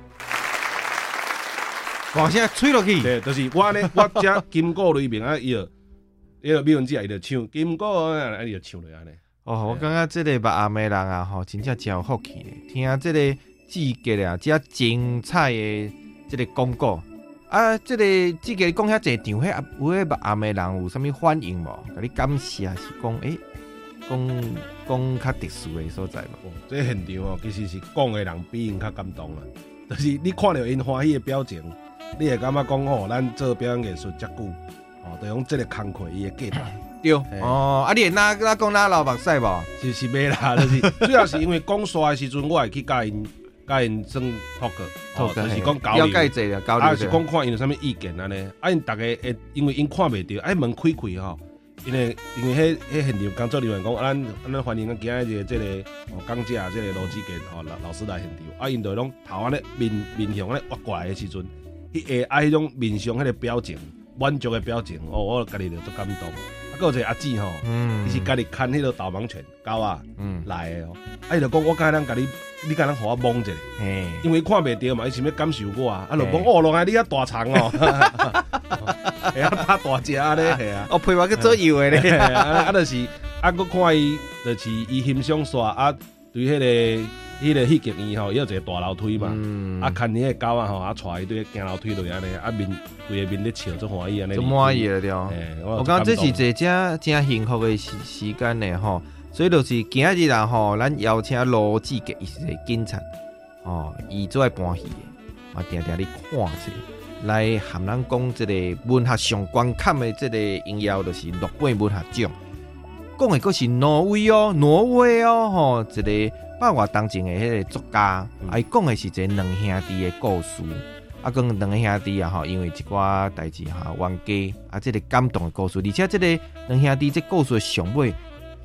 往下吹落去， 对，就是我呢，我只金鼓雷鸣啊，伊就伊就美文姐伊就唱金鼓啊，伊就唱落安尼。 哦，我感觉这个目暗的人啊，吼，真正真有福气的，听这个季节啊，这精彩的。这个广告啊，这个这个讲遐济场，迄有迄目暗的人有啥物反应无？甲你感谢是讲，诶、欸，讲讲较特殊的所在无？ 哦，这现场哦，其实是讲的人比因较感动啊。就是你看到因欢喜的表情，你会感觉讲哦，咱做表演艺术遮久，哦，就用这个工课伊的价值。 对，哦，啊，你会哪哪讲哪流目屎无？ 是是袂啦，就是主要是因为讲煞的时阵，我会去教因。甲因算 talk， 哦，就是讲交流， 了解者啊，交流， 啊是讲看因有啥物意见安尼，啊因大家会因为因看袂到，啊门开开吼，因为因为迄迄现场工作人员讲，咱咱欢迎咱今日的这个哦讲者这个罗志健哦老老师来现场，啊因就拢头安尼面面向安尼挖过来的时阵，迄下啊迄种面上迄个表情，满足的表情，哦我家己就足感动。还有一个阿姊吼，嗯，伊是家己牵迄个导盲犬狗啊，嗯，来的哦。啊，伊就讲我刚才咱家己，你刚才互我摸一下，嘿，因为看袂到嘛，伊想要感受我啊，啊，就讲哦，原来你遐大肠哦，会晓打大只咧，系啊， 哦，配合去做油的咧， 啊，就是啊，佮看伊，就是伊欣赏煞啊，对迄个。迄个戏剧院吼，有一个大楼梯嘛，嗯、啊，牵迄个狗啊吼，啊，带伊对行楼梯落安尼，啊面规个面咧笑，足欢喜安尼。 足满意了对。我我感觉这是一个真真幸福的时时间呢吼，所以就是今日啊吼，咱邀请罗志杰，伊是个警察，哦，伊做爱搬戏的，我定定咧看者，来含咱讲这个文学上关卡的这个荣耀，就是诺贝尔文学奖。讲的佫是挪威哦，挪威哦，吼，一个百外当前的迄个作家，啊，伊讲的是一个两兄弟的故事，啊，讲两个兄弟啊，吼，因为一寡代志哈冤家，啊，这个感动的故事，而且这个两兄弟这故事的上尾，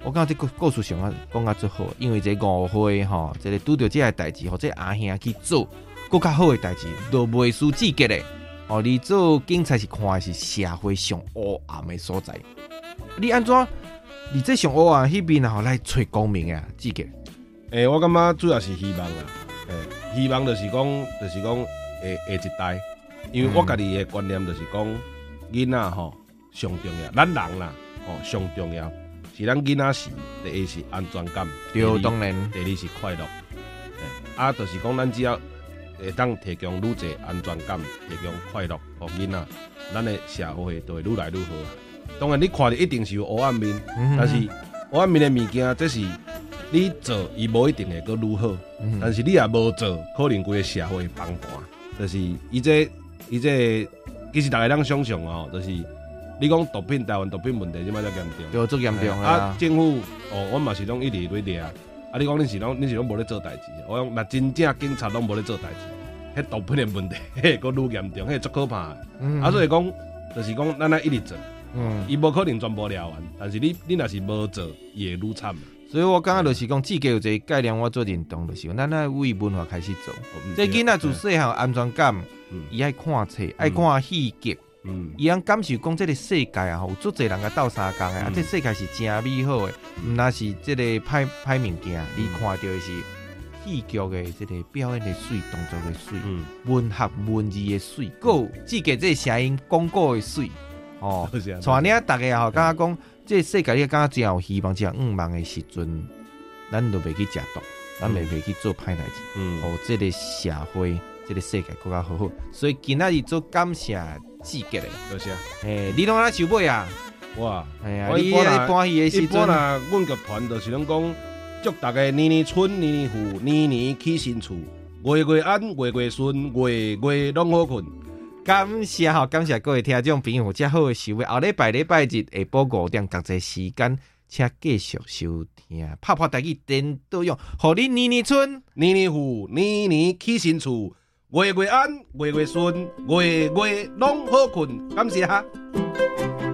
我感觉这个故事上啊讲啊最好，因为这误会吼，这个拄着这个代志，或者阿兄去做更较好的代志，都袂输资格的。哦，你做警察是看的是社会上黑暗的所在，你安怎？你这上黑暗迄边吼来找光明啊，资格？ 诶、欸，我感觉主要是希望啦，诶、欸，希望就是讲，就是讲下下一代，因为我家己的观念就是讲，囡仔吼上重要，咱人啦，吼上重要是咱囡仔是第一是安全感， 对，当然， 第二是快乐，欸、啊，就是讲咱只要会当提供愈侪安全感，提供快乐互囡仔，咱的社会就会愈来愈好。当然，你看着一定是有黑暗面，嗯、但是黑暗面的物件，这是你做，伊无一定会阁愈好。嗯、但是你也无做，可能规个社会崩盘。就是伊这伊这，其实大家咱想象哦，就是你讲毒品，台湾毒品问题即摆遮严重， 对，足严重啊！啊，政府哦，我嘛是拢一直在抓。啊，你讲你是拢你是拢无咧做代志，我讲，若真正警察拢无咧做代志，迄毒品的问题，迄个愈严重，迄足可怕的。嗯、啊，所以讲，就是讲，咱啊一直做。嗯，伊无可能全部了完，但是你你若是无做，伊会愈惨。 所以我感觉就是讲，至少有一个概念，我做认同就是，咱爱为文化开始做。嗯、这囡仔自细汉有安全感，伊爱、嗯、看册，爱、嗯、看戏剧，伊通、嗯、感受讲，这个世界啊，有足侪人甲斗相共的，嗯、啊，这世界是真美好的，毋那是这个歹歹物件，嗯、你看到的是戏剧的这个表演的水，动作的水，嗯、文学文字的水，够至少这个声音广告的水。哦，像你啊，大家吼，感觉讲，这世界你感觉真有希望，真有愿望的时阵，咱都袂去食毒，咱袂袂去做歹代志，嗯，哦，这个社会，这个世界更加好好。所以今仔日做感谢资格的， 多谢。 诶，你拢在收尾啊？ 哇， 哎呀，你咧欢喜的时阵， 一般啊，阮剧团就是拢讲，祝大家年年春，年年富，年年起新厝，月月安，月月顺，月月拢好困。 感谢吼，感谢各位听众朋友，这好的收尾。后礼拜礼拜日下晡五点，各个时间，请继续收听。拍拍台语颠倒用，互你年年春， 年年富，年年起新厝，月月安，月月顺，月月拢好困。感谢哈。